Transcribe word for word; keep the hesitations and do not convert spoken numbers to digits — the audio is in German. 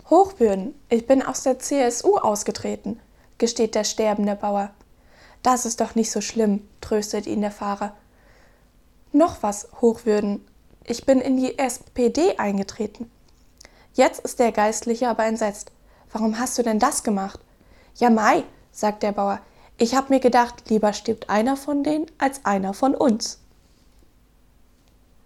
Hochwürden, ich bin aus der C S U ausgetreten, gesteht der sterbende Bauer. Das ist doch nicht so schlimm, tröstet ihn der Pfarrer. Noch was, Hochwürden, ich bin in die S P D eingetreten. Jetzt ist der Geistliche aber entsetzt. Warum hast du denn das gemacht? Ja mei, sagt der Bauer, ich hab mir gedacht, lieber stirbt einer von denen als einer von uns.